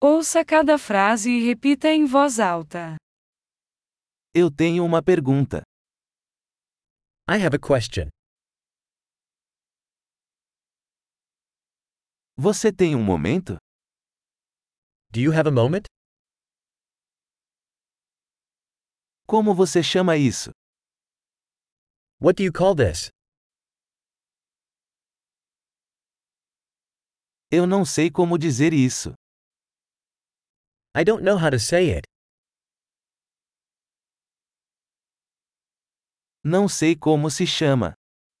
Ouça cada frase e repita em voz alta. Eu tenho uma pergunta. I have a question. Você tem um momento? Do you have a moment? Como você chama isso? What do you call this? Eu não sei como dizer isso. I don't know how to say it. Não sei como se chama.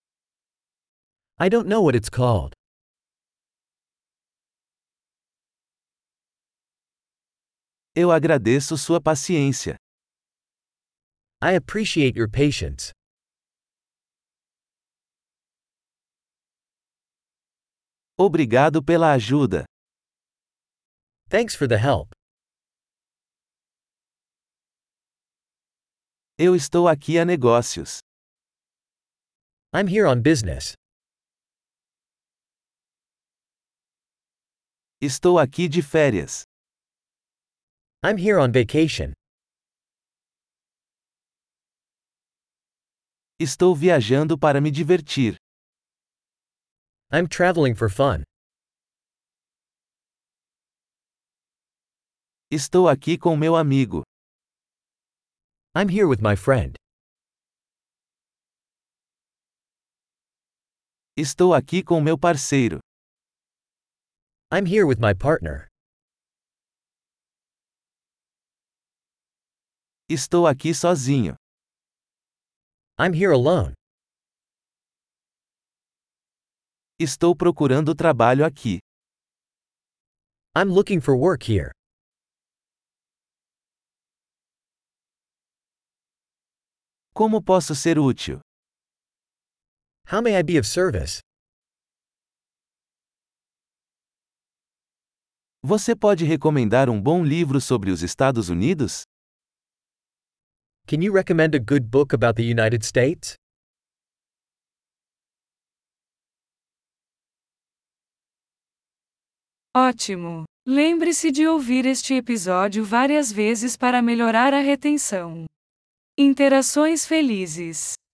I don't know what it's called. Eu agradeço sua paciência. I appreciate your patience. Obrigado pela ajuda. Thanks for the help. Eu estou aqui a negócios. I'm here on business. Estou aqui de férias. I'm here on vacation. Estou viajando para me divertir. I'm traveling for fun. Estou aqui com meu amigo. I'm here with my friend. Estou aqui com meu parceiro. I'm here with my partner. Estou aqui sozinho. I'm here alone. Estou procurando trabalho aqui. I'm looking for work here. Como posso ser útil? How may I be of service? Você pode recomendar um bom livro sobre os Estados Unidos? Can you recommend a good book about the United States? Ótimo! Lembre-se de ouvir este episódio várias vezes para melhorar a retenção. Interações felizes.